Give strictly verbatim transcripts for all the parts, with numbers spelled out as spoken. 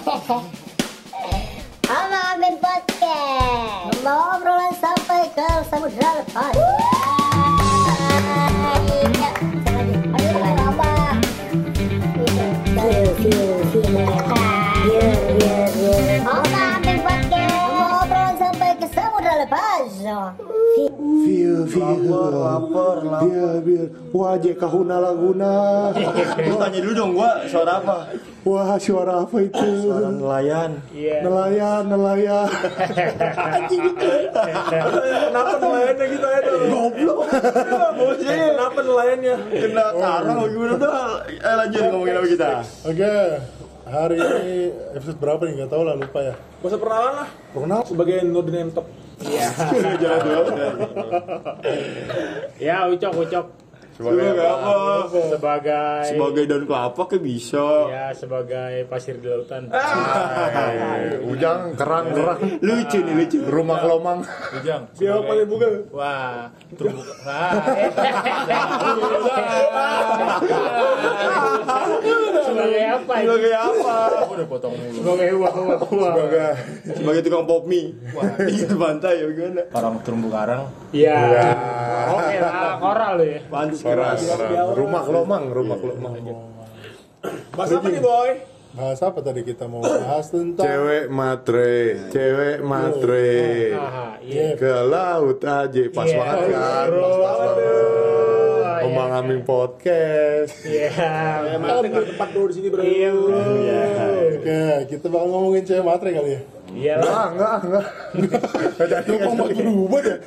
Halo Amin Podcast, membawa obrolan sampai ke samudra lepas. Feel, feel, feel, feel, feel, feel. Halo Amin Podcast, membawa obrolan sampai ke samudra lepas. Feel, feel, lapar, lapar. biar, biar. Wah, J K Huna Laguna. Lu tanya dulu dong, gua suara apa? Wah, suara apa itu? Suara nelayan. Iya. Nelayan, nelayan. Kenapa nelayannya gitu aja? Goblok. Bosnya Kenapa nelayannya? kena karang oh, gimana tuh? Eh lanjut ngomongin apa kita? Oke, hari ini episode berapa nih? Gak tau lah, lupa ya. Gak usah perkenalan lah. Pernah? Sebagai Nurdin Entok. Iya. Jangan dulu. Ya, ucok, ucok. Sebagai apa? Sebagai Sebagai daun kelapa kayak bisa. ya sebagai pasir di lautan. Ujang, kerang, kerang. Lucu nih, lucu. Rumah kelomang. Ujang. Dia paling buka. Wah, terumbu. Wah. Sebagai apa? ini? Sebagai apa? Udah potong mulu. Sebagai wah, wah, wah. Sebagai Sebagai tukang pop mie. Di pantai ya gimana? Orang terumbu karang. Iya. Oke lah, koral lu ya. Pantes kerang, keras. kerang. Rumah kelomang, rumah kelomang. Bahas apa nih, Boy? Bahas apa tadi kita mau bahas tentang cewek matre, cewek matre. Aha, iya. Ke laut aja pas Iya, banget kan. bro. Pas, pas banget. Aduh. Omang Iya. Amin podcast. Iya. Matre nggak tempat bro di sini bro. Iya, bro. Oke, kita bakal ngomongin cewek matre kali ya. Iya lah. Enggak, enggak, enggak. Enggak jadi ngomong berubah ya.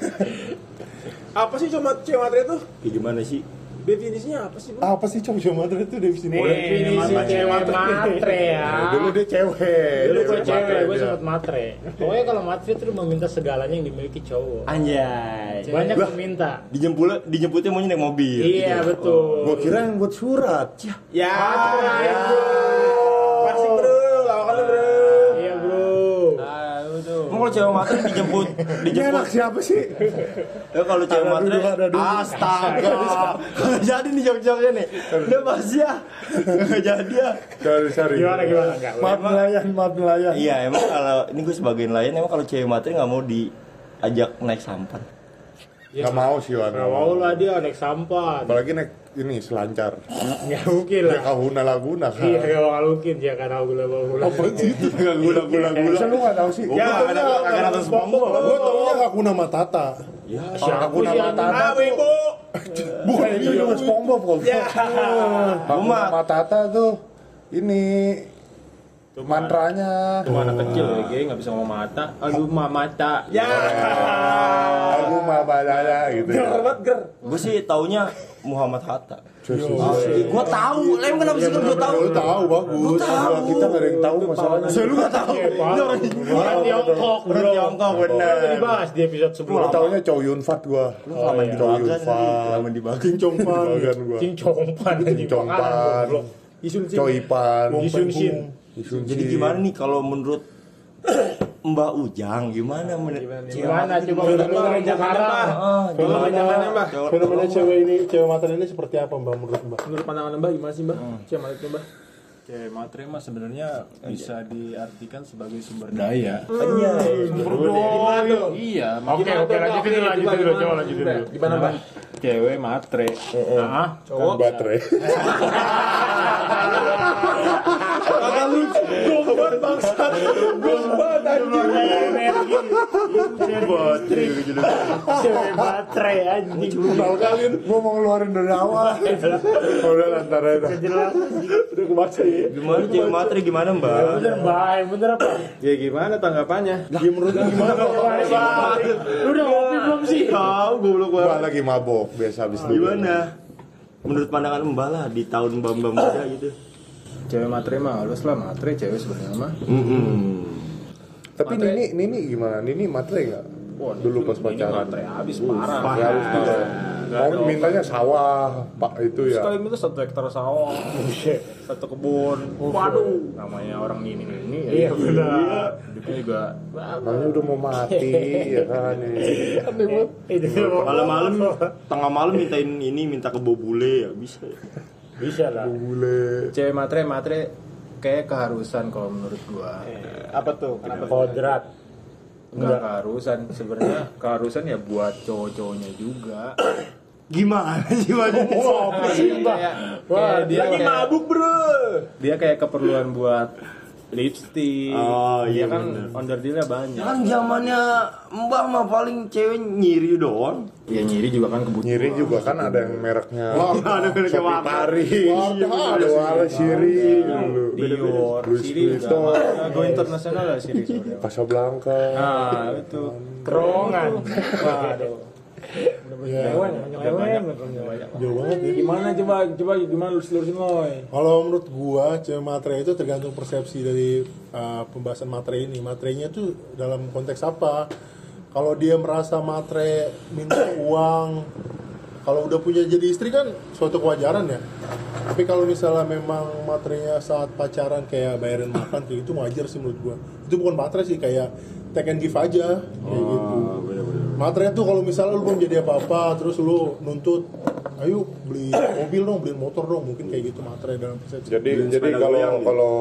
Apa sih cuma cewek matre itu? Kayak gimana sih? Definisinya apa sih bro? Apa sih cowok cewek matre itu definisinya? Definisi cewek matre ya. Dulu dia cewek. Dulu gue Cewek cewek, matre gue dia. sempet matre. Pokoknya kalau matre itu meminta segalanya yang dimiliki cowok. Anjay. Banyak Lah. meminta. Dijemput dijemputnya maunya naik mobil. Iya betul. Gua kira yang buat surat. Ya. Matre, bro. Klasik bro, lawakan lu bro. Iya bro. Emang kalau cewek matre dijemput Ini dijemput anak siapa sih? ya kalau cewek Ada matre dulu, ada dulu. astaga jadi nih jok-joknya nih udah pas ya nggak jadi ya Sorry, sorry. Gimana gimana enggak? Maaf nelayan, maaf nelayan. iya emang kalau ini gue sebagai nelayan emang kalau cewek matre nggak mau diajak naik sampan Gak mau sih Wan. Gak mau lah dia naik sampan. Apalagi naik ini selancar. Nggak mungkin Dia lah. kahuna laguna kan. Iya gak mungkin dia kan tahu gula gula. Apa sih itu? nggak gula gula gula Masa lu gak tau sih? ya ada akan atas SpongeBob Gue taunya Hakuna Matata. ya Hakuna sih, Matata. Ah ibu. Bukan itu juga SpongeBob kok. Ya. Hakuna Matata tuh ini mantranya. Cuma anak kecil ya, kayak nggak bisa ngomong mata. Aduh mah mata. Ya. Aku mah badaya gitu. Ger ya. banget ger. gue sih taunya Muhammad Hatta Yo. gue tahu lem kenapa sih gue tahu Lu tahu bagus. Gua- Kita gak ada yang tahu masalahnya. lu nggak tahu Orang orang Tiongkok orang bro. Tiongkok bener Udah dibahas di episode Gua sebelumnya. taunya Chow Yun Fat gua. lu lama di Chow Yun bagan Fat. lama di bagan King Chong Pan. Bagan gua. Cing congpan King Chong Pan. Isun sih. Choi Pan. Isun Shin. Isun jadi Shin. gimana nih kalau menurut Mbak Ujang gimana menurut Gimana coba Menurut menurut Mbak, sekarang? Ah, Kalau zamannya mbak. Fenomena cewek ini, cewek matre ini seperti apa Mbak menurut Mbak? Menurut pandangan mbak gimana sih mbak? Cewek matre itu mbak. Cewek matre mah sebenarnya bisa diartikan sebagai sumber daya. Iya. Gimana tuh? Iya, Oke oke lanjutin dulu lanjutin dulu coba lanjutin dulu. Gimana mbak? cewek matre. Nah, Kan baterai. Kagak lu gombal bangsat. Gombal anjing. cewek baterai anjing. Tahu kalian, gua mau ngeluarin dari awal. Udah lantar aja. Jelas. Udah kebaca ya. Gimana cewek matre gimana Mbak? Bener baik bener apa? Ya gimana tanggapannya? Ya menurut lu gimana? Lu udah ngopi belum sih? Tahu goblok Mbak banget. lagi mabok biasa habis itu. Gimana? Menurut pandangan Mbak lah di tahun Mbak-mbak muda gitu. Cewek matre mah halus lah, matre cewek sebenarnya mah. Mm-mm. Tapi Nini, Nini gimana? Nini matre enggak? Wah, Dulu pas ini pacaran. matre habis parah. Ya harus juga. Mau mintanya sawah, Pak itu ya. Sekali minta satu hektar sawah, satu kebun. Waduh, namanya orang ini ini. Iya benar. Hidupnya juga Namanya udah mau mati ya kan. Itu Malam-malam tengah malam mintain ini minta ke bobule ya bisa. bisa lah. Bule. cewek matre matre kayak keharusan kalau menurut gua. Eh, apa tuh? Kenapa? Kodrat. Enggak keharusan, sebenarnya keharusan ya buat cowok-cowoknya juga. Gimana sih maksudnya? Oh, kayak, kayak dia Lagi kayak, mabuk, Bro. dia kayak keperluan buat lipstick. Oh, iya dia kan bener. onderdilnya banyak. Kan zamannya Mbah mah paling cewek nyiri doang. Ya nyiri juga kan kebutuhan. Nyiri juga kan ada yang mereknya Ada mereknya Shopee Waka. Paris, ada Wala Siri dulu, Dior, Louis Siri Vuitton, juga. Go internasional lah Siri sorry. Casablanca. Nah, itu. Kerongan. Waduh. Nyeleweng, nyeleweng. Jauh banget ya. Gimana coba, coba gimana lu selurusin Moy? Kalau menurut gua, cewek matre itu tergantung persepsi dari uh, pembahasan matre ini. Matrenya tuh dalam konteks apa? Kalau dia merasa matre minta uang, kalau udah punya jadi istri kan suatu kewajaran ya. Tapi kalau misalnya memang matrenya saat pacaran kayak bayarin makan kayak gitu wajar sih menurut gua. Itu bukan matre sih, kayak take and give aja kayak gitu. Matre tuh kalau misalnya lu belum jadi apa-apa terus lu nuntut ayo beli mobil dong, beli motor dong, mungkin kayak gitu matre dalam persepsi. Jadi Beli jadi sepeda kalau goyang gitu. kalau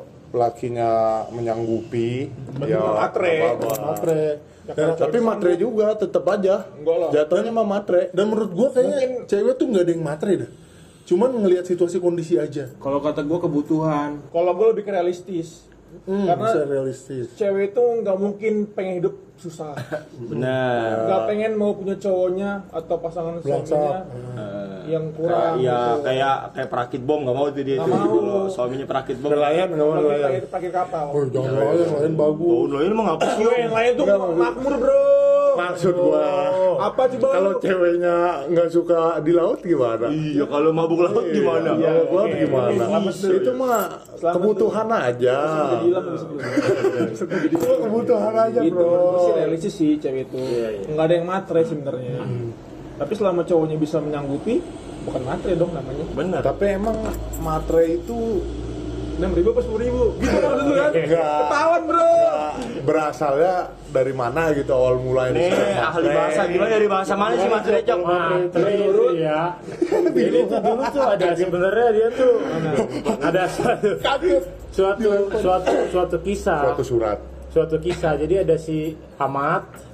lakinya menyanggupi ya matre. nggak apa-apa. Matre. Dan, Tapi matre juga tetap aja. Enggak lah. Jatuhnya mah matre. dan menurut gua kayaknya cewek tuh nggak ada yang matre dah. Cuman ngelihat situasi kondisi aja. Kalau kata gua kebutuhan. Kalau gue lebih ke realistis. Hmm, Karena bisa realistis. cewek itu nggak mungkin pengen hidup susah. Benar. Nggak pengen mau punya cowoknya atau pasangan Belangsap. suaminya yang kurang. Iya, gitu. kayak kayak perakit bom nggak mau tuh dia Nggak tuh. mau. Kalau suaminya perakit bom. Nelayan nggak mau Lagi nelayan. pakai pakai kapal. Oh, jangan lain, yang lain bagus. Oh, lo ini mah ngapa sih? Gue yang lain tuh makmur bro. Maksud gua Apa coba? kalau ceweknya nggak suka di laut gimana? Iya, kalau mabuk laut gimana? Iya, kalau laut oke. gimana? Itu mah kebutuhan aja. Jadi hilang bisa sebelum. Itu kebutuhan aja, Gitu, bro. menurut gue sih realistis sih cewek itu. Nggak ada yang matre sebenarnya. Tapi selama cowoknya bisa menyanggupi, bukan matre dong namanya. Benar. Tapi emang matre itu Enam ribu apa sepuluh ribu? Gitu kan maksud lu kan? Enggak. Ketahuan bro. berasalnya dari mana gitu awal mulanya Nih, disebut ahli matre. bahasa gimana dari bahasa mana sih Mas Recok? Matre itu ya. Jadi itu dulu tuh ada sebenarnya dia tuh ada suatu suatu suatu suatu kisah. Suatu surat. Suatu kisah. Jadi ada si Ahmad.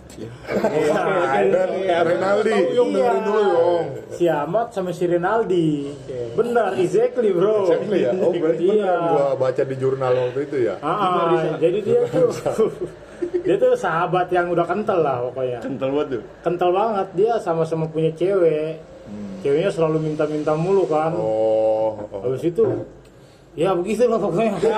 Dan Renaldi. Yung dengerin dulu Yung. Si Ahmad sama si Rinaldi. Benar, exactly bro. Exactly ya. Oh berarti Iya. benar gua baca di jurnal waktu itu ya. Ah, ah, jadi dia tuh dia tuh sahabat yang udah kental lah pokoknya. Kental banget tuh. Kental banget, dia sama-sama punya cewek. Ceweknya selalu minta-minta mulu kan. Oh. oh. Habis itu ya begitu lah pokoknya. Ya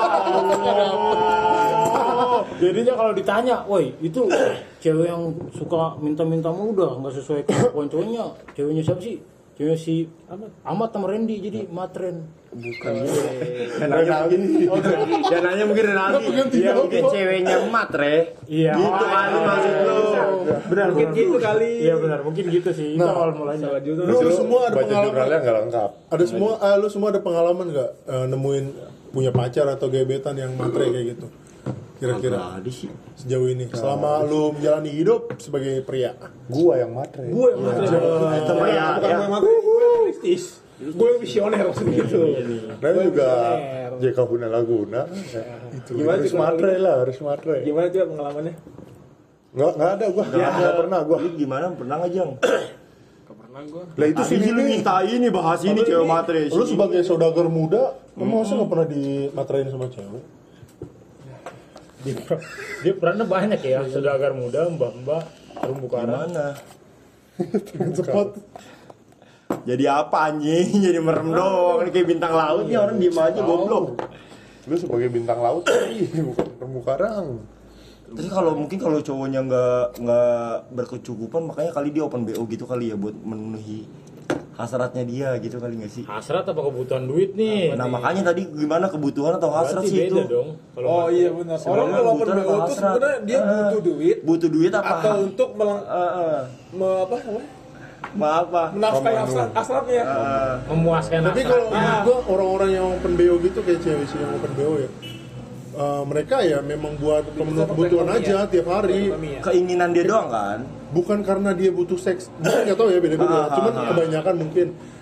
Allah. Jadinya kalau ditanya, woi itu cewek yang suka minta-minta muda nggak sesuai kemampuan cowoknya. Ceweknya siapa sih? Ceweknya si Ahmad sama Randy jadi matren. Bukan. Renaldi. Ya nanya mungkin Renaldi. Iya mungkin ceweknya matre. Iya. Gitu kali maksud lo. Benar mungkin gitu kali. Iya benar mungkin gitu sih. Itu Nah, awal mulanya. Lu, lu semua ada Baca pengalaman. jurnalnya nggak lengkap. Ada semua, ah, lu semua ada pengalaman nggak eh, nemuin punya pacar atau gebetan yang matre kayak gitu? Kira-kira Ada sih. sejauh ini, selama lu menjalani hidup sebagai pria. Gua yang matre. Gue yang matre. Itu mah ya. Bukan gue yang matre, gue yang realistis. Gue yang visioner maksudnya gitu. Dan juga visioner. J K Huna Laguna. Itu Gimana harus tuh matre lah, harus matre. Gimana coba pengalamannya? Nggak nggak ada gua. Nggak pernah gua. Lu gimana pernah nggak Jang? Pernah gua. Lah itu Tadi sini sih lu minta ini bahas ini cewek matre. Lu sebagai saudagar muda, lu masa nggak pernah dimatrein sama cewek? Dia, dia perannya banyak ya, saudagar muda, mbak-mbak, terumbu karang. Gimana? Cepat. Jadi apa anjing? Jadi merem doang. Ini kayak bintang laut nih orang diem aja goblok. lu sebagai bintang laut, ih, bukan terumbu karang. Terus kalau mungkin kalau cowoknya nggak nggak berkecukupan makanya kali dia open B O gitu kali ya buat memenuhi hasratnya dia gitu kali nggak sih? Hasrat apa kebutuhan duit nih? Nah makanya tadi gimana kebutuhan atau hasrat Berarti sih beda itu? dong. Kalau Oh matre. iya benar. Orang Sebenarnya kalau open kebutuhan B O atau itu hasrat? sebenarnya dia Eh. butuh duit Butuh duit apa? atau untuk melang, Eh, eh. me, apa namanya? Maaf pak. Menafkahi hasrat hasratnya. Eh, memuaskan Tapi hasrat. kalau menurut gua orang-orang yang open B O gitu kayak cewek sih yang open B O ya. eh, mereka ya memang buat pemenuhan kebutuhan aja tiap hari. keinginan dia doang kan? Bukan karena dia butuh seks, mungkin nggak tahu ya beda-beda. Ah, Cuman ah, ah. kebanyakan mungkin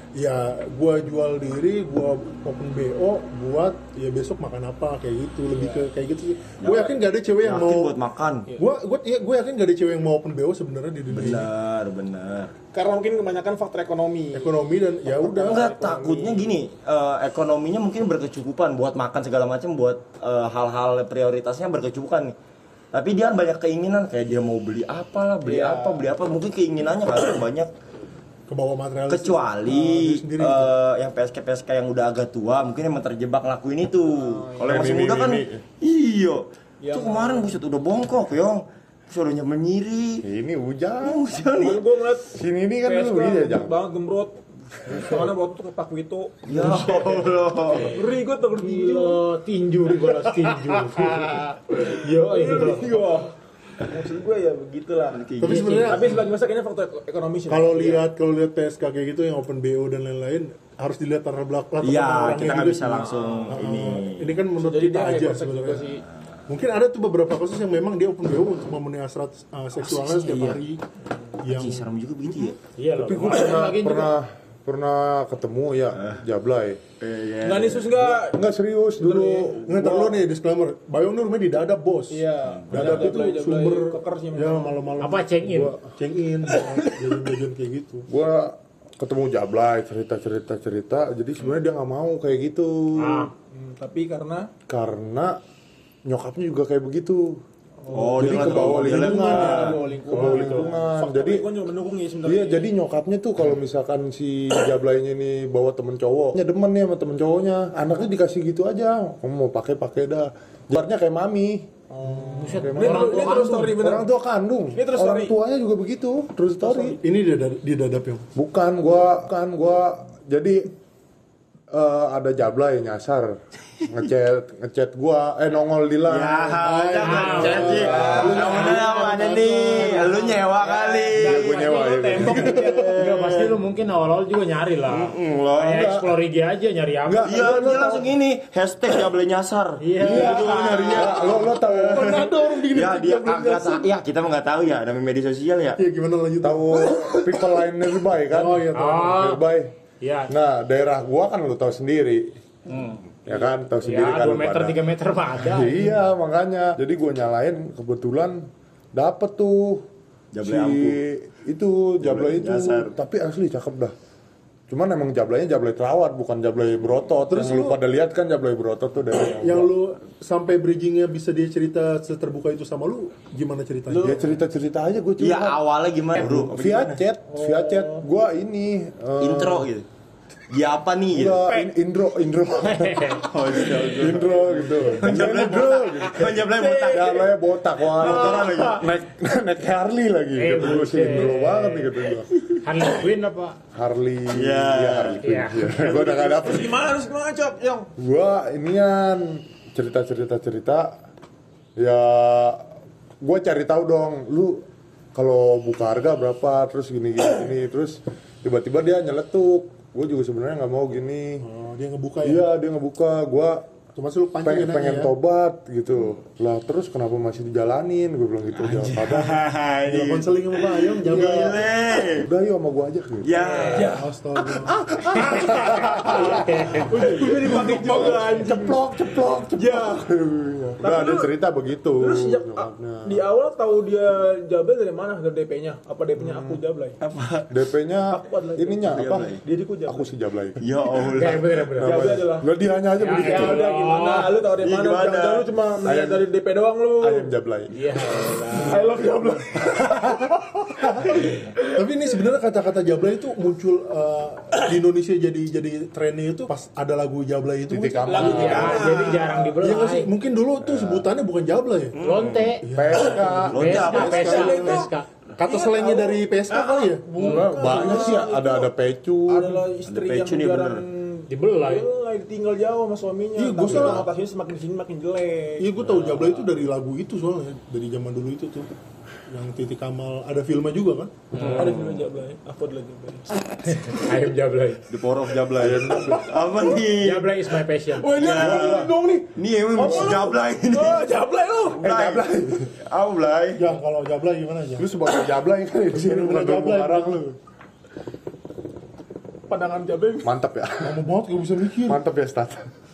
ya gua jual diri, gua open B O buat ya besok makan apa kayak gitu, lebih ke kayak gitu sih. Gua yakin gak ada cewek yang Yakin mau buat makan. Gua gua ya, gua yakin gak ada cewek yang mau open B O sebenarnya di dunia ini. Benar, benar. Karena mungkin kebanyakan faktor ekonomi. Ekonomi dan ya udah. Enggak, takutnya gini, eh, ekonominya mungkin berkecukupan buat makan segala macam, buat eh, hal-hal prioritasnya berkecukupan nih. Tapi dia banyak keinginan, kayak dia mau beli apa lah, beli Iya. apa, beli apa, mungkin keinginannya kan banyak. Ke bawah materialis. Kecuali Nah, sendiri eh, gitu. yang P S K P S K yang udah agak tua, mungkin emang terjebak ngelakuin itu. Kalau yang masih Mimi, muda kan, Mimi. iya. Yang- Itu kemarin buset udah bongkok, yo. Suruh nyampe nyiri. Ini hujan. Hujan nih. Kan gue ngeliat Sini ini kan P S dulu K iya gede jangan. banget gembrot. Soalnya waktu itu ke Pak Wito. Ya Allah. Ngeri gue takut tinju. Gila, tinju dibalas tinju. Yo, itu. Iya. Maksud gue ya begitulah. Tapi sebenarnya Tapi sebagai masa kayaknya faktor ek- ekonomi sih. kalau lihat kalau lihat P S K kayak gitu yang open B O dan lain-lain harus dilihat latar belakang. Iya, orangnya kita nggak juga bisa sih. langsung Uh, ini. Ini kan menurut Jadi kita dia aja kayak konsep juga sebenarnya. sih. Mungkin ada tuh beberapa kasus yang memang dia open B O untuk memenuhi hasrat uh, seksualnya Iya. setiap hari. Yang Ih, serem juga begitu ya. Iya loh. Tapi gue pernah pernah pernah ketemu ya Jablay. Enggak nih sus enggak. Enggak serius dulu. nggak terlalu nih disclaimer. Bayong ini rumahnya di dadap bos. Iya. Dadap itu Jablay- jablay sumber keker sih ya memang. malam-malam. Apa, check in? Gua check in, jajan-jajan kayak gitu. Gue ketemu Jablay cerita cerita cerita. Jadi sebenarnya dia nggak mau kayak gitu. Ah. Hmm, tapi karena Karena nyokapnya juga kayak begitu. Oh, jadi dia ke bawah dia lingkungan, ya, ke bawa bawah lingkungan. lingkungan. faktor Jadi lingkungan juga mendukung ya sebenarnya. iya, jadi nyokapnya tuh kalau misalkan si Jablaynya ini bawa temen cowoknya demen nih sama temen cowoknya, anaknya dikasih gitu aja, kamu mau pakai pakai dah. Jabarnya kayak mami. Buset, Ini, ini, ini terus story bener. Orang tua kandung. Ini terus Orang story. tuanya juga begitu. True story. Ini di dadap, di dadap yang Bukan gua, kan gua jadi eh, ada Jablay nyasar ngechat ngechat gua eh nongol di line. Ya, jangan janji. Lu namanya nih, lu nyewa kali. Iya, gua nyewa ya. tembok. Enggak, pasti lu mungkin awal-awal juga nyari lah. Enggak. Kayak explore I G aja nyari apa. Enggak. Iya, dia langsung ini hashtag Jablay nyasar. Iya. Itu nyarinya. Lo lo tahu mana ada orang bikin Ya dia agak ya kita mah nggak tahu ya namanya media sosial ya. ya gimana lanjut tahu people line nearby kan? Oh iya tahu. Ah. Nearby. Iya. Nah, daerah gua kan lu tahu sendiri. Ya kan, tahu sendiri Ya, kan. dua lu meter, pada. tiga meter mah ada. Iya, makanya. Jadi gua nyalain kebetulan dapet tuh Jablay si ampuh. itu Jablay itu. Nyasar. Tapi asli cakep dah. Cuman emang Jablaynya Jablay terawat, bukan Jablay berotot. Terus Yang lu lu- pada lihat kan Jablay berotot tuh dari Yang lu sampai bridgingnya bisa dia cerita seterbuka itu sama lu gimana ceritanya? dia cerita-cerita aja gue Iya curhat. awalnya gimana bro? Apa Via gimana? chat, via chat. Gua ini eh, Intro gitu. Dia apa nih gitu? Enggak, in- Indro, Indro. Oh gitu. Indro gitu. Jablay Indro botak. gitu. Jablay botak. Jablay botak wah, motoran lagi. Naik naik Harley lagi. Eh, Gitu. Si buset. Indro banget nih gitu gua. Harley Quinn apa? Harley. Iya. Iya, Harley Quinn. Iya. Iya. Gua udah enggak dapet. Terus gimana terus gimana cok, Yong? Gua inian cerita-cerita cerita ya gua cari tahu dong lu kalau buka harga berapa terus gini gini, gini. Terus tiba-tiba dia nyeletuk gue juga sebenarnya nggak mau gini. Oh, dia ngebuka ya. Iya dia ngebuka gue Cuma sih lu pancing pengen, pengen ya. tobat gitu lah terus kenapa masih dijalanin gue bilang gitu jawab padahal Gila konseling sama Pak Ayom jawab ya. udah yuk sama gue aja gitu. Ya. Astaga. Udah dipakai juga anjing. Ceplok ceplok ceplok. Udah ada cerita begitu. Terus sejak nyokapnya. di awal tahu dia Jablay dari mana? Dari D P-nya? Apa D P-nya aku Jablay? D P-nya Aku adalah ininya apa? Jablay. Diriku Jablay. Aku si Jablay. Ya Allah. Kayak bener bener. Jablay adalah. Lo dia hanya aja Ya, begitu. Ya udah gimana? Lu tahu dari Iya, mana? gimana? Jangan lu cuma melihat Ayam- dari D P doang lu. Ayam Jablay. Iya. I love Jablay. Tapi ini sebenarnya kata-kata Jablay itu muncul uh, di Indonesia jadi jadi trennya itu pas ada lagu Jablay itu. Titik muncul. aman. Ya, jadi jarang Iya nggak sih? dibelai. Mungkin dulu tuh sebutannya bukan Jablay ya. Lonte. P S K. Lonte P S K, apa? P S K, P S K. Kata selengnya dari P S K kali ya? Enggak, banyak sih ada ada pecu. Adalah istri Ada yang pecun ya, jarang Dibelai. Belai, tinggal jauh sama suaminya. Iya, gua Tapi salah. konotasinya semakin sini makin jelek. Iya gue tahu Jablay itu dari lagu itu soalnya dari zaman dulu itu tuh yang Titik Kamal ada filmnya juga kan? Ada film Jablay. Apa adalah Jablay? Ayam Jablay. The Power of Jablay. Apa nih? Jablay is my passion. Wah ini Ya. dong nih. Ini emang si Jablay ini. Oh Jablay lu. Jablay. Apa Blay? Ya kalau Jablay gimana aja? Lu sebagai Jablay kan di sini bukan Jablay. barang lu. pandangan Jablay. Mantap ya. Lama banget gak bisa mikir. Mantap ya Stat.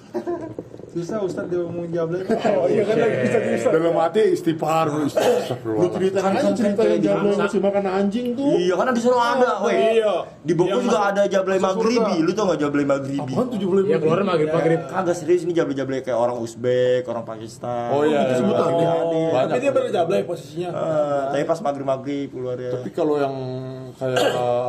Susah Ustaz dia ngomongin Jablay. Oh iya kan lagi bisa bisa. Dalam hati istighfar lu. Lu ceritain aja cerita yang Jablay masih makan anjing tuh. Iya kan di sana ada, weh. Iya. Di Bogor Yang juga masuk- ada Jablay masuk Maghribi. surga. Lu tau gak Jablay Maghribi? Apaan tujuh puluh Ya keluar maghrib-maghrib. Kagak serius ini Jablay-Jablay kayak orang Uzbek, orang Pakistan. Oh iya, iya. sebutan Ada, dia. ada. Banyak. Tapi dia bener Jablay posisinya. Eh, tapi pas maghrib-maghrib keluarnya. Tapi kalau yang kayak uh,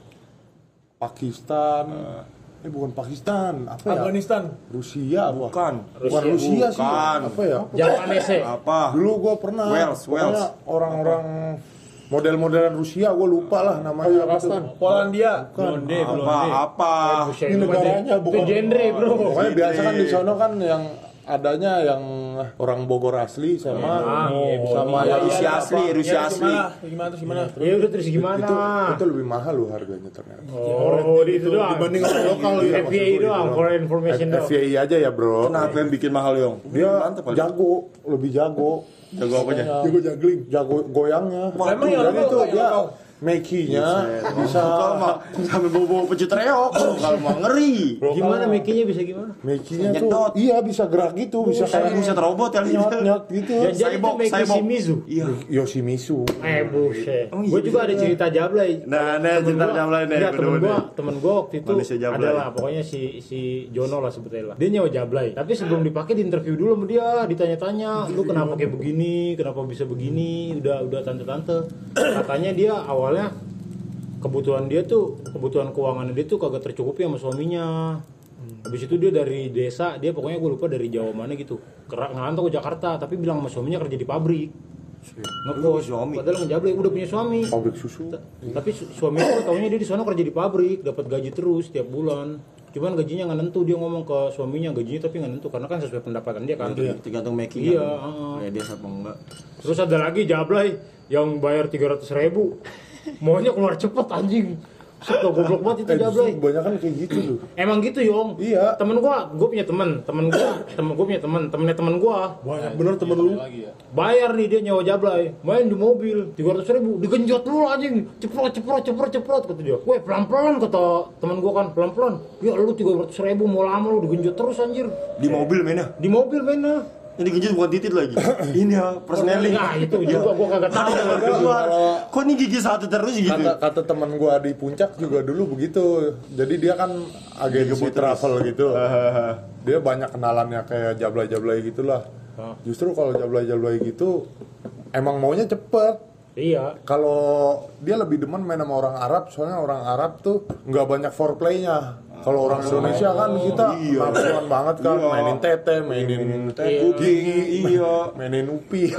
Pakistan, eh bukan Pakistan, apa ya? Afghanistan. Rusia apa? Bukan. Bukan Rusia sih. Bukan. Apa ya? Japanese. Apa? Dulu gua pernah. Wales, pokoknya Wales. orang-orang model-modelan Rusia, gua lupa lah namanya. apa tuh. Polandia. Blonde, Apa? blonde. Apa? Buset, Ini itu negaranya, itu bukan- genre, bro. Pokoknya biasa kan di sono kan yang adanya yang orang Bogor asli sama Ah, iya, sama Ya, yang Rusia asli, Rusia Ya, asli. gimana? Gimana terus gimana? Ya udah terus gimana? itu itu lebih mahal loh harganya ternyata. Oh, di itu doang. Dibanding orang lokal ya. F Y I doang, foreign information doang. F Y I aja ya bro. Kenapa yang bikin mahal, Yong? Dia Mantep, Pak. jago, lebih jago. Jago apanya? Jago juggling. Jago goyangnya. Emang yang Dan lokal itu apa yang dia lokal? Mekinya bisa Kalau mah sampai bawa pecut reok, kalau mau ngeri. Gimana making-nya bisa gimana? Mekinya Nyedot. tuh iya bisa gerak gitu, bisa Saya kayak buset robot ya nyot nyot gitu. Ya jadi itu Cyborg, Meki cyborg. Shimizu. Iya. Yoshimitsu. Eh buset. Oh, iya. Gue juga ada cerita Jablay. Nah, nah, Temen cerita gua- Jablay nih, Enggak, temen bener-bener. gua, temen gua waktu itu Manusia Jablay. adalah pokoknya si si Jono lah sebetulnya lah. Dia nyewa Jablay. Tapi sebelum dipakai di interview dulu sama dia, ditanya-tanya, lu kenapa kayak begini, kenapa bisa begini, udah udah tante-tante. Katanya dia awalnya kebutuhan dia tuh, kebutuhan keuangan dia tuh kagak tercukupi sama suaminya. Habis itu dia dari desa, dia pokoknya gue lupa dari Jawa mana gitu. Kerak ngerantau ke Jakarta, tapi bilang sama suaminya kerja di pabrik. Ngekos, suami. padahal ngejablay udah punya suami. Pabrik susu. Tapi su- suaminya taunya dia di sana kerja di pabrik, dapat gaji terus tiap bulan. Cuman gajinya nggak nentu, dia ngomong ke suaminya gajinya tapi nggak nentu karena kan sesuai pendapatan dia kan. Tergantung making. Iya, heeh. Ya dia apa enggak. Terus ada lagi Jablay yang bayar tiga ratus ribu. Maunya keluar cepet anjing. Suka goblok banget itu Eh, Jablay. justru kebanyakan kayak gitu tuh. Emang gitu Yong. Iya. Temen gua, gua punya temen, temen gua, temen gua punya temen, temennya temen gua. Banyak bener temen lu. Bayar nih dia nyewa Jablay, main di mobil tiga ratus ribu, digenjot dulu anjing, ceprot ceprot ceprot ceprot kata dia. Weh pelan pelan kata temen gua kan pelan pelan. Ya lu tiga ratus ribu mau lama lu digenjot terus anjir. Di mobil mainnya. Di mobil mainnya. Ini genjot bukan titit lagi. Ini ya, persneling. Nah itu juga gua kagak tahu. Keluar. Kok ini gigi satu terus gitu? Kata kata teman gua di puncak juga dulu begitu. Jadi dia kan agensi travel gitu. Dia banyak kenalannya kayak jablay-jablay gitulah. Justru kalau jablay-jablay gitu emang maunya cepet. Iya. Kalau dia lebih demen main sama orang Arab, soalnya orang Arab tuh nggak banyak foreplaynya. Kalau orang Indonesia kan kita nafsuan banget kan, mainin tete, mainin gigi, Iya. mainin upil,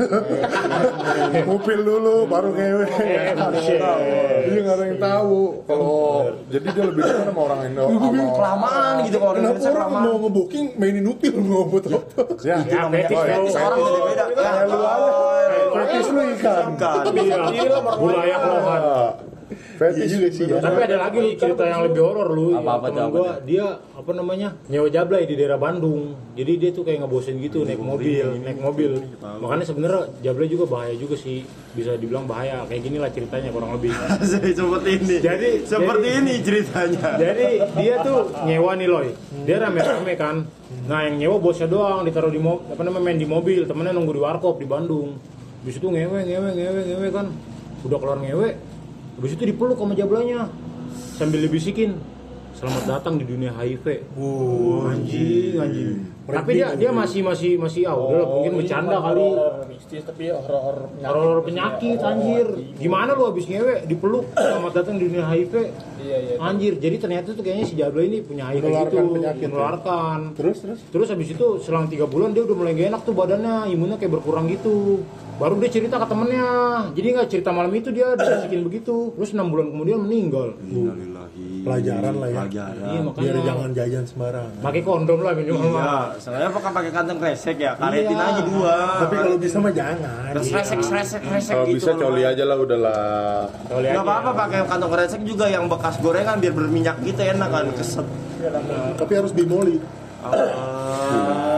upil dulu baru ngewe. Dia nggak ada yang tahu. Kalau jadi dia lebih demen sama orang Indo. sama- Kelamaan gitu kalau orang Kenapa Indonesia orang kelamaan. mau ngebooking mainin upil mau buat apa? Ya, Ya fetis Oh, bro. seorang beda-beda. Ya, lu fetis lu ikan. Kan. Iya. Bulayak lohan. Fetis juga sih ya. Tapi ada lagi lu cerita yang lebih horor lu. Apa-apa Temen tuh, gua apa dia apa namanya? Nyewa Jablay di daerah Bandung. Jadi dia tuh kayak ngebosen gitu naik mobil, naik mobil. Makanya sebenarnya Jablay juga bahaya juga sih. Bisa dibilang bahaya. Kayak gini lah ceritanya kurang lebih. Seperti ini. Jadi Seperti jadi- ini ceritanya. Jadi dia tuh nyewa nih Loy. Dia rame-rame kan. Nah yang nyewa bosnya doang ditaruh di mo- apa namanya main di mobil. Temennya nunggu di warkop di Bandung. Habis itu ngewe ngewe ngewe ngewe kan. Udah keluar ngewe. Habis itu dipeluk sama Jablaynya sambil dibisikin selamat datang di dunia H I V. Wow, anjing anjing. Tapi dia dia masih masih masih ah udah lah, mungkin bercanda kali. Mistis tapi horor-horor Horor penyakit anjir. Gimana lu habis ngewe dipeluk selamat datang di dunia H I V? Iya, iya. Anjir, jadi ternyata tuh kayaknya si Jablay ini punya H I V Menularkan gitu, penyakit, ya? menularkan. Terus terus. Terus habis itu selang tiga bulan dia udah mulai gak enak tuh badannya, imunnya kayak berkurang gitu. Baru dia cerita ke temennya, jadi nggak cerita malam itu dia dibisikin begitu. Terus enam bulan kemudian meninggal. Innalillahi. Pelajaran lah ya. Pelajaran. Iya makanya. Biar jangan jajan sembarangan. pakai kondom lah minimal. Iya, soalnya apa kan pakai kantong kresek ya, karetin Iya. aja dua. Tapi kalau bisa mah jangan. terus kresek kresek kresek Kalau gitu. bisa coli aja lah udahlah. Kali Gak aja. apa-apa pakai kantong kresek juga yang bekas gorengan biar berminyak gitu enak kan keset. Tapi harus bimoli. Ah,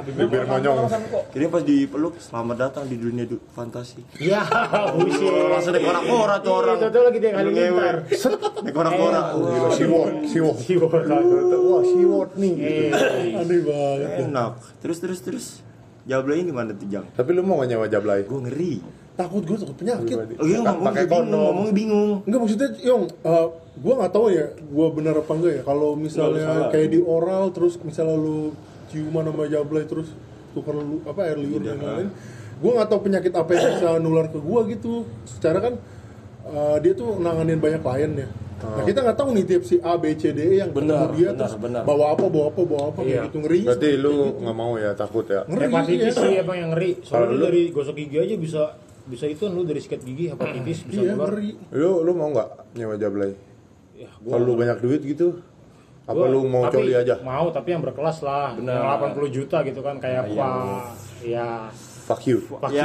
bibir monyong. Jadi pas dipeluk, selamat datang di dunia du- fantasi. Ya, bullshit. Langsung naik korak-korak tuh orang. Itu tuh lagi dia kali ngintar. Naik korak-korak. Gila, siwot, siwot. Siwot. Wah, siwot nih. Aneh banget. Enak. Terus terus terus. Jablay gimana tuh, Jang? Tapi lu mau nggak nyewa jablay? Gue ngeri. Takut gue takut penyakit. Oh iya, ngomong Pakai bingung, kondom. ngomongnya bingung. Enggak maksudnya, Yong, uh, gue nggak tahu ya, gue benar apa enggak ya. Kalau misalnya kayak di oral, terus misalnya lu ciuman sama jablay, terus tukar lu apa air liur dan lain-lain, gue nggak tahu penyakit apa yang bisa nular ke gue gitu. Secara kan uh, dia tuh nanganin banyak klien ya. Nah kita nggak tahu nih tiap si A, B, C, D, E yang Benar, ketemu dia benar, terus benar. bawa apa, bawa apa, bawa apa, Iya. kayak gitu ngeri. Berarti lu nggak mau ya, takut ya? Ngeri Hepatitis ya. sih emang yang ngeri. Kalau Soalnya lu lu- dari gosok gigi aja bisa bisa itu kan lu dari sikat gigi hepatitis bisa Iya nular. ngeri. Lu lu mau nggak nyewa jablay? Ya, gua Kalau lu banyak duit gitu, apa gua- lu mau tapi coli aja? Mau, tapi yang berkelas lah. Yang delapan puluh juta gitu kan kayak apa? Ya, Fuck you. fuck Ya.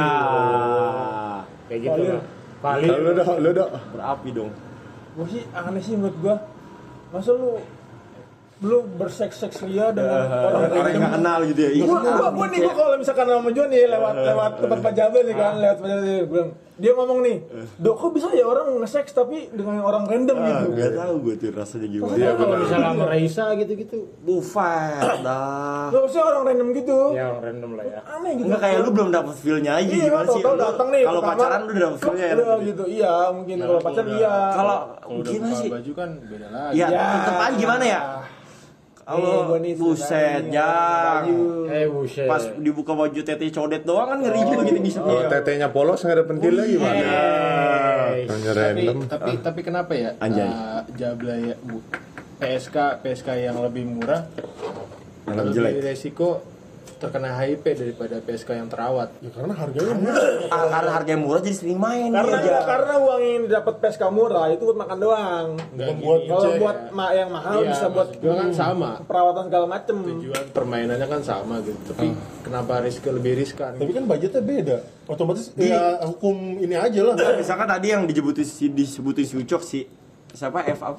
you. Kayak gitu lah. Paling Lu dah, lu dah. Berapi dong. Gue sih aneh sih menurut gue. Masa lu lu berseks-seks ria dengan orang Orang yang random. nggak kenal gitu ya. Iya. Gua, gua, gua nih, gua kalau misalkan sama John nih lewat lewat tempat Pak Jabel nih kan, lewat Pak Jabel nih, gua bilang, dia ngomong nih, Dok, kok bisa ya orang nge-seks tapi dengan orang random Ah, gitu? nggak tahu gue tuh rasanya gimana. ya, kalau misalnya sama Raisa gitu-gitu. Buffet dah. Gak usah orang random gitu. Ya orang random lah ya. Aneh gitu. Enggak kayak lu belum dapet feel-nya aja Iya, gimana sih? tau Lu- datang nih. Kalau pertama, pacaran lu udah dapet feel-nya ya. udah gitu. Iya, mungkin kalau pacaran iya. Kalau Kalau udah gimana buka sih? baju kan beda lagi. Ya, Ya. tetep aja gimana ya? Kalau gua nih buset, sebenarnya Jang. baju. Eh buset. Pas dibuka baju tete codet doang kan ngeri juga gitu bisa. Kalau tetenya polos nggak ada pentilnya gimana? Eh, Nanya Tapi random. tapi tapi kenapa ya? Anjay. uh, Jablay bu- P S K P S K yang lebih murah Yang lebih lebih jelek. resiko terkena H I P daripada P S K yang terawat. Ya karena harganya murah. Ah, karena harganya murah jadi sering main Karena dia. karena uang yang didapat P S K murah itu buat makan doang. Enggak buat gini. Kalau Cek. buat ma- yang mahal Iya, bisa buat maksud gua kan sama. perawatan segala macem. Tujuan permainannya kan sama gitu. Tapi kenapa risiko lebih riskan? Tapi kan budgetnya beda. Otomatis ya hukum ini aja lah. Misalkan tadi yang disebutin si disebutin si Ucok si siapa F apa?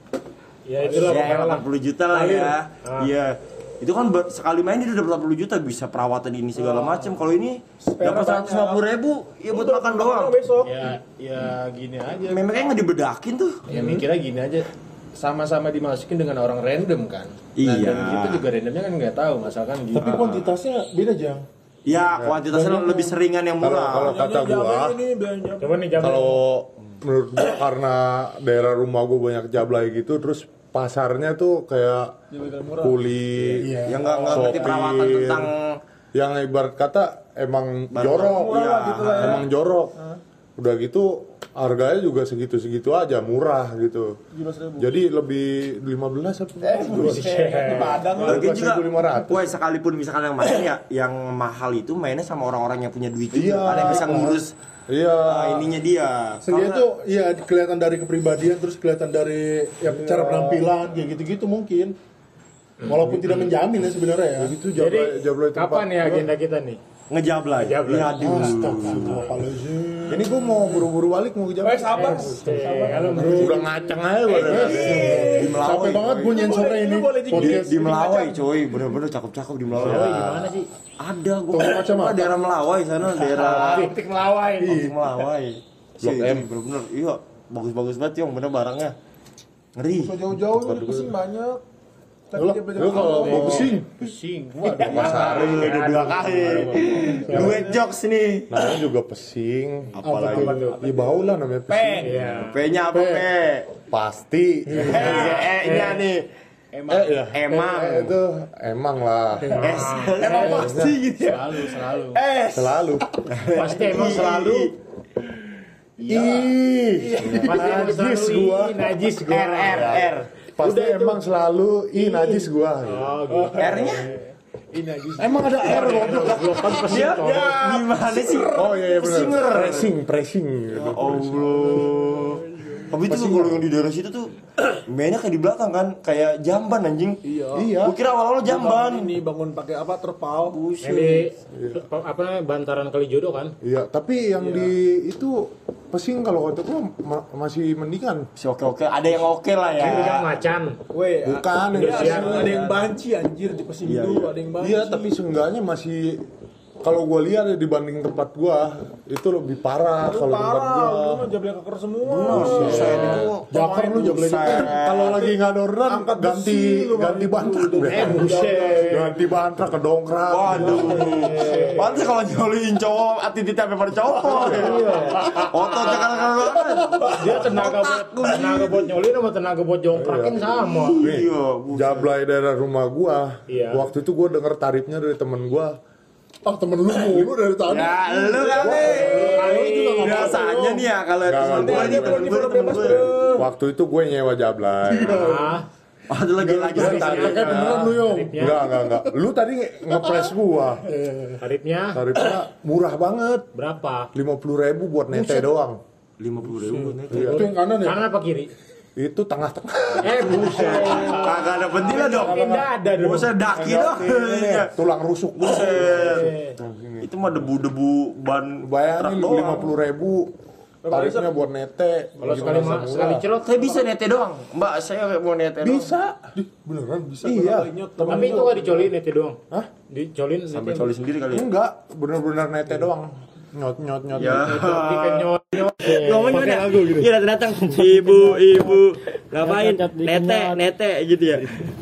Ya itulah Ya, pokoknya lah. delapan puluh juta lah ya. Iya. Itu kan ber- sekali main dia udah delapan puluh juta bisa perawatan ini segala macam. Kalau ini dapat seratus lima puluh ribu ya buat makan doang. Besok. Ya ya gini aja. Memangnya nggak dibedakin tuh. Ya mikirnya gini aja. Sama-sama dimasukin dengan orang random kan. Nah, Iya. dan kita juga randomnya kan nggak tahu, misalkan gitu. Tapi kuantitasnya beda, Jang. Ya kuantitasnya lebih seringan yang Kalau murah. kalau kata gua, ini belanja. Coba nih jam. kalau menurut gua karena daerah rumah gua banyak jablay gitu, terus pasarnya tuh kayak kuli, Yang nggak nggak ngerti perawatan tentang yang ibarat kata emang Baru- jorok, Murah lah gitu lah ya. emang jorok. Udah gitu harganya juga segitu-segitu aja, murah gitu. Jadi lebih lima belas apa? Di Padang lah. Lagian juga, dua ribu lima ratus. wah sekalipun misalkan yang main ya, yang mahal itu mainnya sama orang-orang yang punya duit juga. Iya. Ada yang bisa ngurus Iya. uh, ininya dia. Seenggaknya Karena- tuh ya kelihatan dari kepribadian, terus kelihatan dari ya cara penampilan kayak gitu-gitu mungkin. Walaupun tidak menjamin ya sebenarnya ya. Itu Jadi jablay jablay tempat. kapan ya agenda kita nih? ngejablay. Ngejablay. Ya aduh. Astagfirullahaladzim. Ini gua mau buru-buru balik mau ke Eh, jablay. sabar. Kalau Udah ngaceng aja gua. Di Melawai. Capek banget gue nyensornya ini. Lu boleh Di, Podcast. di Melawai coy, bener-bener cakep-cakep di Melawai. gimana sih? Ada gua Toko kacamata. daerah Melawai sana, daerah Titik melawai. Titik Melawai. Blok Sih, M. bener-bener iya, bagus-bagus banget yang bener barangnya. Ngeri. Jauh-jauh ini pusing banyak. Tapi Lu dia belajar lu kalau mau pusing, Pusing. Wah, ada Masari. Udah dua kali. Duet jokes nih. Namanya juga pesing. Apalagi Ya bau lah namanya pesing. Iya. P-nya apa P? Pasti. Eh, E-nya nih. Eh, ya. Emang. Eh, itu emang lah. S. Emang pasti gitu ya. selalu selalu. S. Selalu. Pasti emang selalu. Ih. Pasti emang Najis selalu gua. ih, najis gua. R R R. Pasti emang selalu ih najis gua. Oh, gitu. R-nya? Emang ada R goblok. Gua kan pasti Dia tolong. gimana sih? Oh iya iya benar. Singer. Pressing, pressing. Ya Allah. Tapi itu tuh kalau yang di daerah situ tuh mainnya kayak di belakang kan, kayak jamban anjing. Iya. Gua kira awal-awal jamban. ini bangun pakai apa terpal. Yang di apa namanya bantaran Kalijodo kan? Iya, tapi yang di itu pesing kalau kata gua ma- masih mendingan. Si oke-oke, ada yang oke lah ya. Udah macan. Weh, Bukan ada, yang ada, ada yang banci anjir di pesing Iya, itu, iya. ada yang banci. Iya, tapi seenggaknya masih kalau gua lihat ya, dibanding tempat gua itu lebih parah Lu kalau tempat parah, gua. lu mah jablay keker semua. Saya itu Jakar lu jablay Kalau lagi nggak ada orderan Angkat ganti besi lu, ganti Bang. bantrek deh. Eh buset. Ganti bantrek ke dongkrak. Waduh. Pantes kalau nyoliin cowok attitude sampai pada copot. Ototnya kan banget. Dia tenaga buat tenaga buat nyolin sama tenaga buat jongkrakin sama. Iya, buset. Jablay daerah rumah gua. Iya. Waktu itu gua denger tarifnya dari temen gua. Ah temen lu mulu dari tadi. Ya, lu kali. Biasanya nih ya kalau Nggak, temen nggak, gue nih, nggak, temen gue, temen gue. Waktu itu gue nyewa Jablay. Ah, Ada lagi lagi Gua lagi. tarifnya- Kayak beneran lu Yong. tarifnya, Enggak, enggak, enggak. Lu tadi nge-flash gua. tarifnya Tarifnya murah banget. berapa? lima puluh ribu buat nete doang. lima puluh ribu nih. Itu yang kanan ya? Kanan apa kiri? Itu tengah-tengah. Eh buset. Kagak ada penting lah dong. Pindah ada dong. Buset daki dong. Tulang rusuk. Buset. Itu mah debu-debu ban Bayangin truk doang. lima puluh ribu. Tarifnya buat nete. Kalau sekali Gimana ma- murah? sekali celot Saya bisa nete doang. Mbak, saya mau nete doang. Bisa. Dih, beneran bisa. Iya. Tapi itu nggak dicolin nete doang. Hah? Dicolin Sampai nete. coli sendiri kali ya. Enggak, bener-bener nete doang. Nyot nyot nyot. Ya. Dikenyot nyot. Ngomong Pakai gimana? lagu gitu. Iya datang-datang. Ibu, ibu. Ngapain? Nete, nete gitu ya.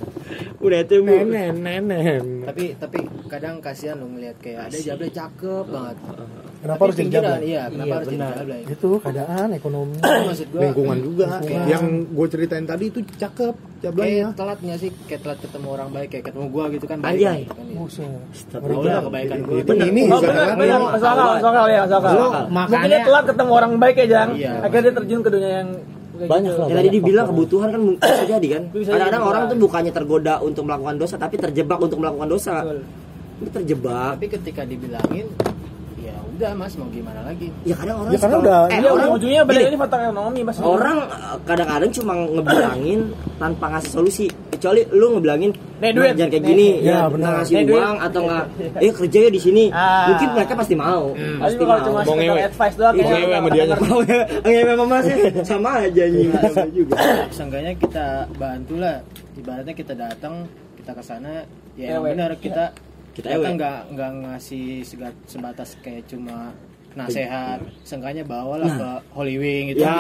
Udah itu bu. Nenen, nenen. Tapi tapi kadang kasihan lo ngeliat kayak ada jablay cakep banget. Kenapa Tapi harus jadi pinggiran, jablay? Iya, kenapa Iya, harus jadi benar. jablay? Itu keadaan ekonomi. Maksud gua Lingkungan juga. Lingkungan. Yang gue ceritain tadi itu cakep Jablaynya. kayak telat nggak sih? Kayak telat ketemu orang baik, kayak ketemu gua gitu kan. baik Anjay. kan, ya. Buset. Tahu lah kebaikan gua. Itu ini Oh benar, benar, masuk akal, masuk akal ya, masuk akal. Mungkin dia telat ketemu orang baik ya, Jang. Iya. Akhirnya dia terjun ke dunia yang kayak Banyak gitu. lah. Ya tadi dibilang kebutuhan kan bisa jadi kan. Bisa Kadang-kadang jadi. orang tuh bukannya tergoda untuk melakukan dosa tapi terjebak untuk melakukan dosa. Betul. Ini terjebak. Tapi ketika dibilangin, ya udah mas mau gimana lagi? Ya kadang orang Ya, karena suka- udah- eh, Iya, orang ujungnya balik gini, lagi faktor ekonomi, Mas. orang eh, kadang-kadang cuma ngebilangin tanpa ngasih solusi. Kecuali lu ngebilangin Nih, duit. jangan kayak gini, Nih, ya, ya, benar. ngasih Nih, duit. uang atau enggak eh kerja ya di sini. Ah. Mungkin mereka pasti mau. Tapi Pasti kalau mau. cuma Bong sekedar ewe. advice doang Bong kayaknya ewe sama nggak dianya. bakal ngerti. Ngewe sama mas sama aja anjing sama juga. Seenggaknya kita bantulah. Ibaratnya kita datang, kita ke sana, ya emang Ewe. benar kita Kita kita ewe. nggak nggak ngasih sega- sebatas kayak cuma nasehat, seenggaknya bawalah ke Holy Wing gitu. Ya.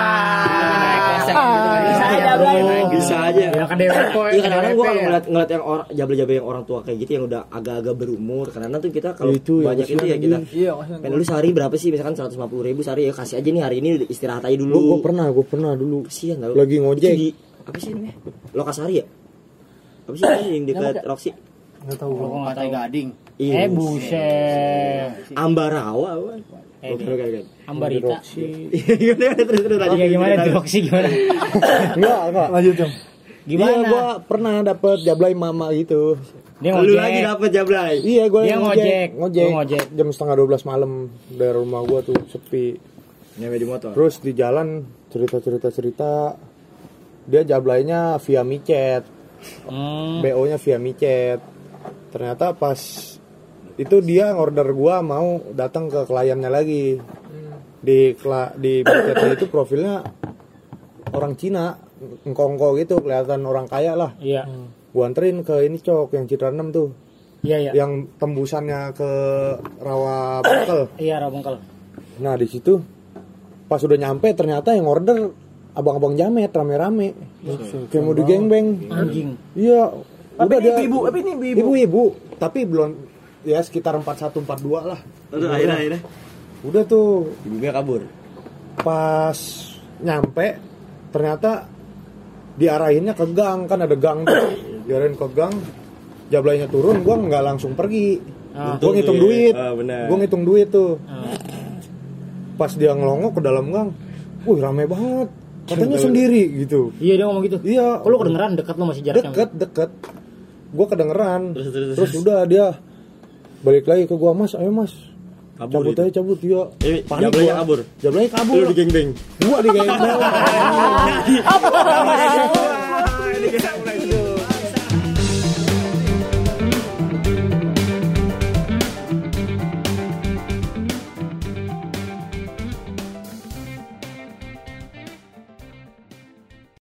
Naik kresek gitu kan. Bisa aja, Naik Bray. kresek. Bisa aja. Ya kan D W P. Iya kadang-kadang gue kalau ya. ngeliat ngeliat yang orang jabel-jabel yang orang tua kayak gitu yang udah agak-agak berumur, karena tuh kita kalau Itu yang banyak itu ya kita Iya, maksudnya kan lu sehari berapa sih misalkan seratus lima puluh ribu sehari ya kasih aja nih hari ini istirahat aja dulu. Gue pernah, gue pernah dulu. Kasihan tau. Lagi ngojek. Itu di, apa sih namanya? Lokasari ya? Apa sih namanya yang dekat Roxy? Enggak tahu. Oh, Pantai Gading. Eh buset. Ambarawa. Bukan, bukan, bukan. Ambarita. Gimana terus terus aja Ya gimana tuh Roxy gimana? Enggak, enggak. Lanjut, Jom. Gimana? Iya, gue pernah dapet Jablay mama gitu. Dia Lu ngojek. lagi dapet jablay. Iya, gue Dia ngojek. ngojek. Lu ngojek. Jam setengah dua belas malam dari rumah gue tuh sepi. Nyewe di motor. Terus di jalan cerita-cerita cerita dia jablaynya via micet, Hmm. B O-nya via micet. Ternyata pas itu dia ngorder gua mau datang ke kliennya lagi. Di kla, di micetnya itu profilnya orang Cina, engkongko gitu, kelihatan orang kaya lah. Iya. Gua anterin ke ini cok yang Citra enam tuh. Iya, iya. Yang tembusannya ke Rawa Bangkel. Iya, Rabongkel. Nah di situ pas udah nyampe ternyata yang order abang-abang jamet rame-rame, kayak mau digengbeng. Anjing. Iya, Tapi udah ini dia ibu-ibu, tapi ini ibu-ibu. ibu-ibu, tapi belum ya sekitar empat satu empat dua lah. Terus akhirnya akhirnya Udah tuh ibunya kabur. pas nyampe ternyata diarahinnya ke gang, kan ada gang tuh, diarahin ke gang, jablaynya turun, gua nggak langsung pergi, Ah. gua ngitung Untung, duit, iya. Ah, benar. gua ngitung duit tuh. Ah. Pas dia ngelongok ke dalam gang, wih rame banget, katanya sendiri gitu. Iya dia ngomong gitu. Iya. Kok lu kedengeran dekat lu masih jaraknya? Deket, deket. Gue kedengeran. Terus, terus, Terus udah dia balik lagi ke gua, mas, ayo mas. Kabur Cabut itu. aja, cabut dia. Eh, Panik jablaynya gua. kabur. Jablaynya kabur. Lu di geng-geng. Gua di geng.